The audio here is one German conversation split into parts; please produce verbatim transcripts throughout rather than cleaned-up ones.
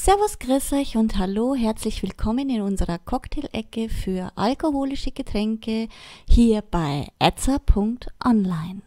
Servus, grüß euch und hallo, herzlich willkommen in unserer Cocktail-Ecke für alkoholische Getränke hier bei etza punkt online.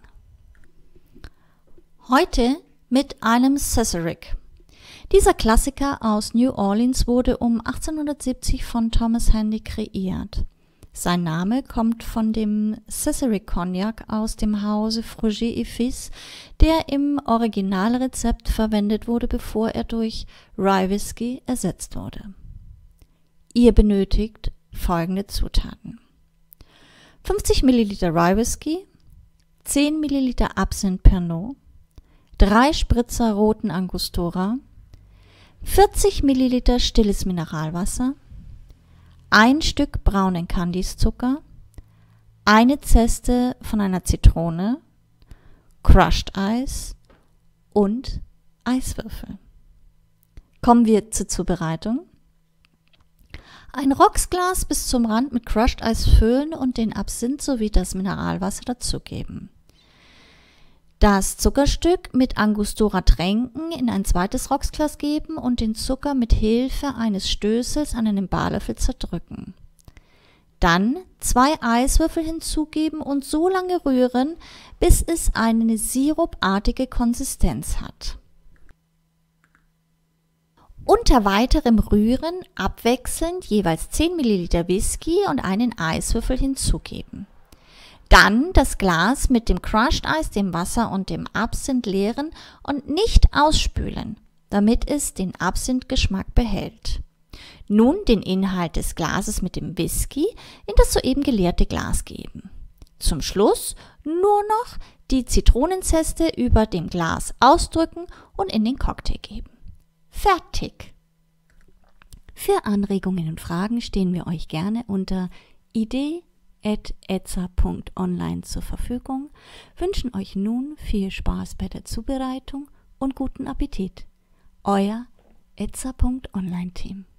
Heute mit einem Sazerac. Dieser Klassiker aus New Orleans wurde um achtzehnhundertsiebzig von Thomas Handy kreiert. Sein Name kommt von dem Sazerac Cognac aus dem Hause Frugier et Fils, der im Originalrezept verwendet wurde, bevor er durch Rye Whisky ersetzt wurde. Ihr benötigt folgende Zutaten: fünfzig Milliliter Rye Whisky, zehn Milliliter Absinthe Pernod, drei Spritzer roten Angostura, vierzig Milliliter stilles Mineralwasser, ein Stück braunen Kandiszucker, eine Zeste von einer Zitrone, Crushed Eis und Eiswürfel. Kommen wir zur Zubereitung. Ein Rocksglas bis zum Rand mit Crushed Eis füllen und den Absinth sowie das Mineralwasser dazugeben. Das Zuckerstück mit Angostura tränken, in ein zweites Rocksglas geben und den Zucker mit Hilfe eines Stößels an einem Barlöffel zerdrücken. Dann zwei Eiswürfel hinzugeben und so lange rühren, bis es eine sirupartige Konsistenz hat. Unter weiterem Rühren abwechselnd jeweils zehn Milliliter Whisky und einen Eiswürfel hinzugeben. Dann das Glas mit dem Crushed Eis, dem Wasser und dem Absinth leeren und nicht ausspülen, damit es den Absinth-Geschmack behält. Nun den Inhalt des Glases mit dem Whisky in das soeben geleerte Glas geben. Zum Schluss nur noch die Zitronenzeste über dem Glas ausdrücken und in den Cocktail geben. Fertig! Für Anregungen und Fragen stehen wir euch gerne unter idee at etza punkt online zur Verfügung, wünschen euch nun viel Spaß bei der Zubereitung und guten Appetit. Euer etza punkt online Team.